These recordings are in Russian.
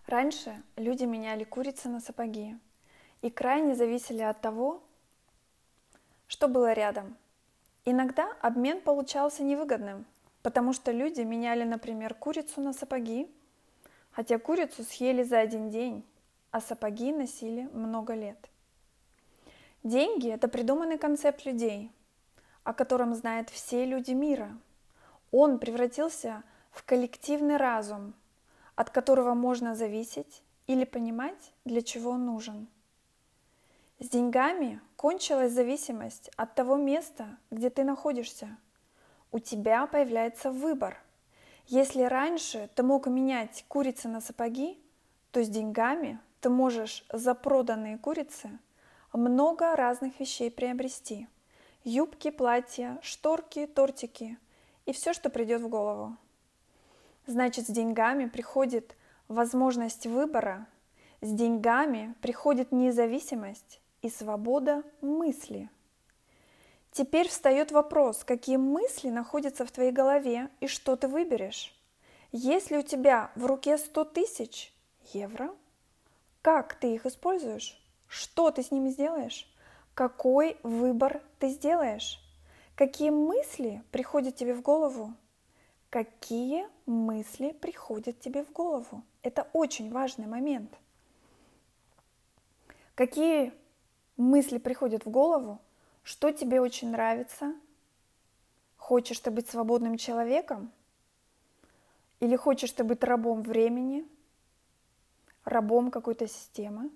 Раньше люди меняли курицы на сапоги и крайне зависели от того, что было рядом. Иногда обмен получался невыгодным, потому что люди меняли, например, курицу на сапоги, хотя курицу съели за один день, а сапоги носили много лет. Деньги – это придуманный концепт людей, о котором знают все люди мира. Он превратился в коллективный разум, от которого можно зависеть или понимать, для чего он нужен. С деньгами кончилась зависимость от того места, где ты находишься. У тебя появляется выбор. Если раньше ты мог менять курицы на сапоги, то с деньгами ты можешь за проданные курицы много разных вещей приобрести. Юбки, платья, шторки, тортики и все, что придет в голову. Значит, с деньгами приходит возможность выбора, с деньгами приходит независимость и свобода мысли. Теперь встает вопрос, какие мысли находятся в твоей голове и что ты выберешь. Если у тебя в руке 100 тысяч евро, как ты их используешь? Что ты с ними сделаешь? Какой выбор ты сделаешь? Какие мысли приходят тебе в голову? Какие мысли приходят тебе в голову? Это очень важный момент. Какие мысли приходят в голову? Что тебе очень нравится? Хочешь ты быть свободным человеком? Или хочешь ты быть рабом времени? Рабом какой-то системы?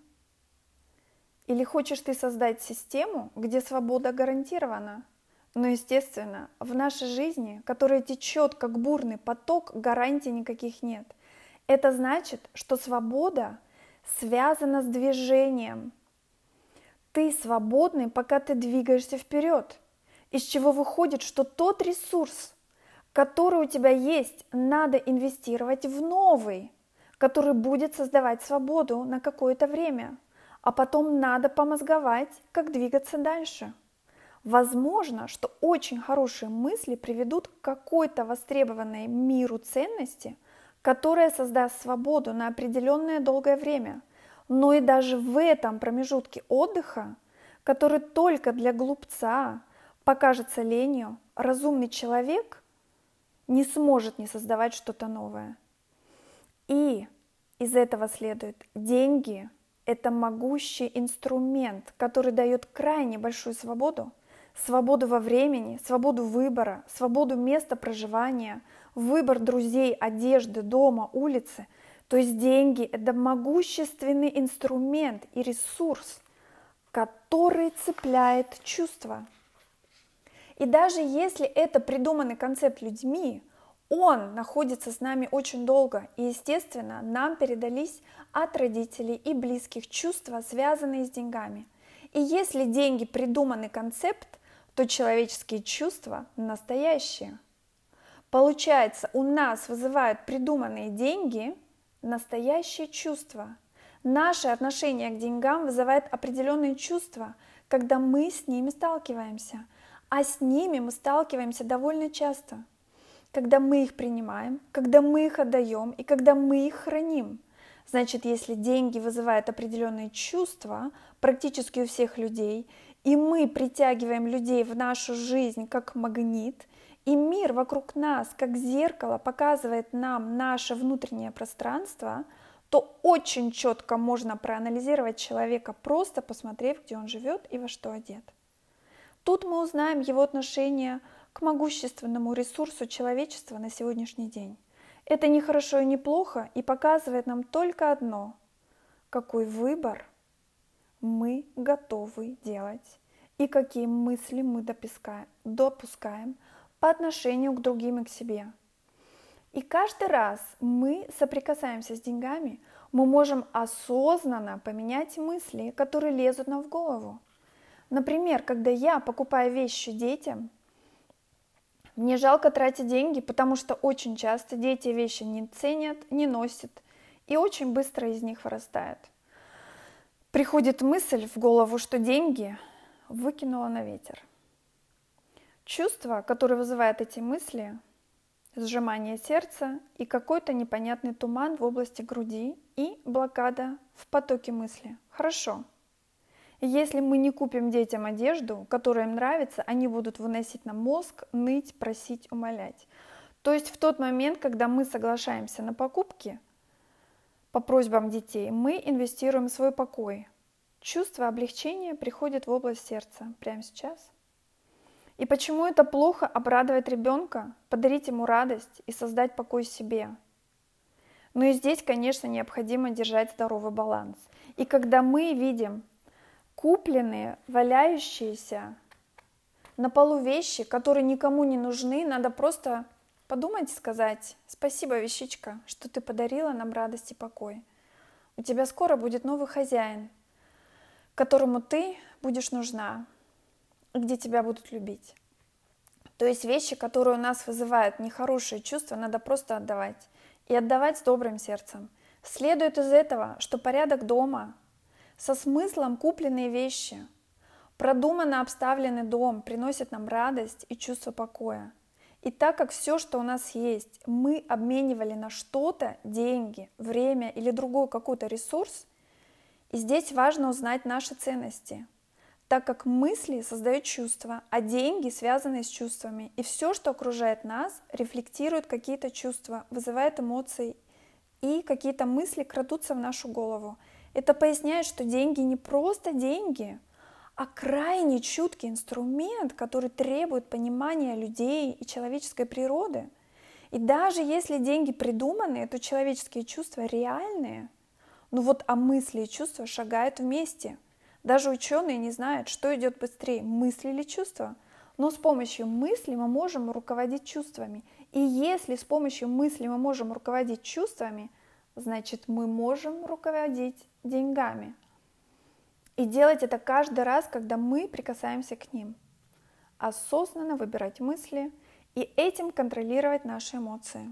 Или хочешь ты создать систему, где свобода гарантирована? Но, естественно, в нашей жизни, которая течет как бурный поток, гарантий никаких нет. Это значит, что свобода связана с движением. Ты свободный, пока ты двигаешься вперед. Из чего выходит, что тот ресурс, который у тебя есть, надо инвестировать в новый, который будет создавать свободу на какое-то время. А потом надо помозговать, как двигаться дальше. Возможно, что очень хорошие мысли приведут к какой-то востребованной миру ценности, которая создаст свободу на определенное долгое время. Но и даже в этом промежутке отдыха, который только для глупца покажется ленью, разумный человек не сможет не создавать что-то новое. И из этого следует, деньги – это могущий инструмент, который дает крайне большую свободу. Свободу во времени, свободу выбора, свободу места проживания, выбор друзей, одежды, дома, улицы. То есть деньги – это могущественный инструмент и ресурс, который цепляет чувства. И даже если это придуманный концепт людьми, он находится с нами очень долго, и, естественно, нам передались от родителей и близких чувства, связанные с деньгами. И если деньги – придуманный концепт, то человеческие чувства настоящие. Получается, у нас вызывают придуманные деньги настоящие чувства. Наше отношение к деньгам вызывает определенные чувства, когда мы с ними сталкиваемся. А с ними мы сталкиваемся довольно часто. Когда мы их принимаем, когда мы их отдаем и когда мы их храним. Значит, если деньги вызывают определенные чувства практически у всех людей, и мы притягиваем людей в нашу жизнь как магнит, и мир вокруг нас, как зеркало, показывает нам наше внутреннее пространство, то очень четко можно проанализировать человека, просто посмотрев, где он живет и во что одет. Тут мы узнаем его отношение к могущественному ресурсу человечества на сегодняшний день. Это не хорошо и не плохо, и показывает нам только одно – какой выбор мы готовы делать и какие мысли мы допускаем по отношению к другим и к себе. И каждый раз мы соприкасаемся с деньгами, мы можем осознанно поменять мысли, которые лезут нам в голову. Например, когда я покупаю вещи детям, мне жалко тратить деньги, потому что очень часто дети вещи не ценят, не носят и очень быстро из них вырастают. Приходит мысль в голову, что деньги выкинула на ветер. Чувства, которые вызывают эти мысли, сжимание сердца и какой-то непонятный туман в области груди и блокада в потоке мысли. Хорошо. Если мы не купим детям одежду, которая им нравится, они будут выносить на мозг, ныть, просить, умолять. То есть в тот момент, когда мы соглашаемся на покупки по просьбам детей, мы инвестируем в свой покой. Чувство облегчения приходит в область сердца прямо сейчас. И почему это плохо обрадовать ребенка, подарить ему радость и создать покой себе? Но и здесь, конечно, необходимо держать здоровый баланс. И когда мы видим купленные, валяющиеся на полу вещи, которые никому не нужны, надо просто подумать и сказать: спасибо, вещичка, что ты подарила нам радость и покой. У тебя скоро будет новый хозяин, которому ты будешь нужна, где тебя будут любить. То есть вещи, которые у нас вызывают нехорошие чувства, надо просто отдавать. И отдавать с добрым сердцем. Следует из этого, что порядок дома, со смыслом купленные вещи, продуманно обставленный дом приносит нам радость и чувство покоя. И так как все, что у нас есть, мы обменивали на что-то, деньги, время или другой какой-то ресурс, и здесь важно узнать наши ценности, так как мысли создают чувства, а деньги связаны с чувствами, и все, что окружает нас, рефлектирует какие-то чувства, вызывает эмоции, и какие-то мысли крадутся в нашу голову. Это поясняет, что деньги не просто деньги, а крайне чуткий инструмент, который требует понимания людей и человеческой природы. И даже если деньги придуманные, то человеческие чувства реальные. А мысли и чувства шагают вместе. Даже ученые не знают, что идет быстрее, мысли или чувства. Но с помощью мысли мы можем руководить чувствами. И если с помощью мысли мы можем руководить чувствами, значит, мы можем руководить деньгами. И делать это каждый раз, когда мы прикасаемся к ним. Осознанно выбирать мысли и этим контролировать наши эмоции.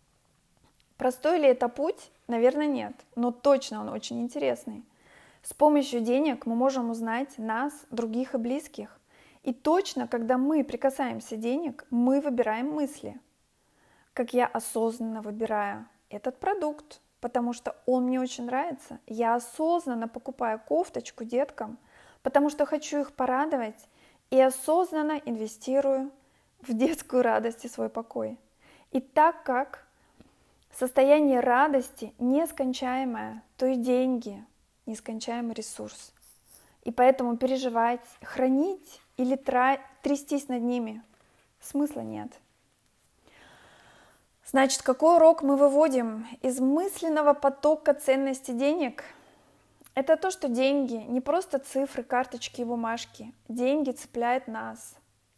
Простой ли это путь? Наверное, нет, но точно он очень интересный. С помощью денег мы можем узнать нас, других и близких. И точно, когда мы прикасаемся денег, мы выбираем мысли. Как я осознанно выбираю этот продукт, потому что он мне очень нравится. Я осознанно покупаю кофточку деткам, потому что хочу их порадовать, и осознанно инвестирую в детскую радость и свой покой. И так как состояние радости нескончаемое, то и деньги нескончаемый ресурс. И поэтому переживать, хранить или трястись над ними смысла нет. Значит, какой урок мы выводим из мысленного потока ценности денег? Это то, что деньги не просто цифры, карточки и бумажки. Деньги цепляют нас.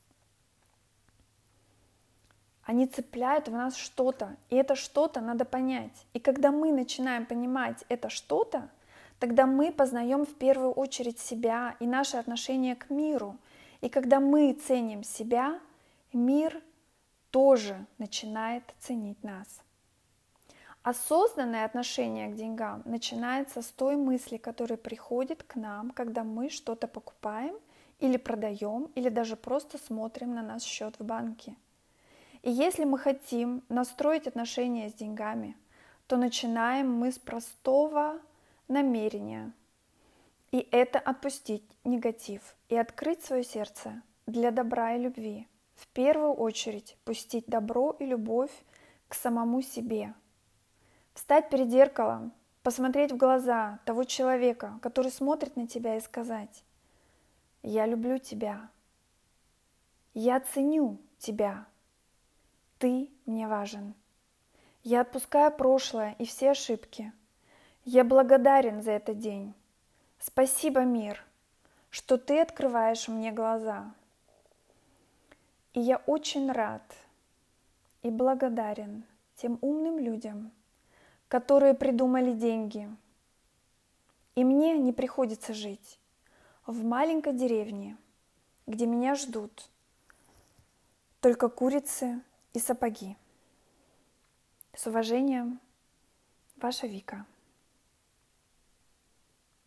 Они цепляют в нас что-то, и это что-то надо понять. И когда мы начинаем понимать это что-то, тогда мы познаем в первую очередь себя и наше отношение к миру. И когда мы ценим себя, мир тоже начинает ценить нас. Осознанное отношение к деньгам начинается с той мысли, которая приходит к нам, когда мы что-то покупаем или продаем, или даже просто смотрим на наш счет в банке. И если мы хотим настроить отношения с деньгами, то начинаем мы с простого намерения. И это отпустить негатив и открыть свое сердце для добра и любви. В первую очередь пустить добро и любовь к самому себе. Встать перед зеркалом, посмотреть в глаза того человека, который смотрит на тебя, и сказать: «Я люблю тебя, я ценю тебя, ты мне важен. Я отпускаю прошлое и все ошибки. Я благодарен за этот день. Спасибо, мир, что ты открываешь мне глаза. И я очень рад и благодарен тем умным людям, которые придумали деньги. И мне не приходится жить в маленькой деревне, где меня ждут только курицы и сапоги. С уважением, ваша Вика.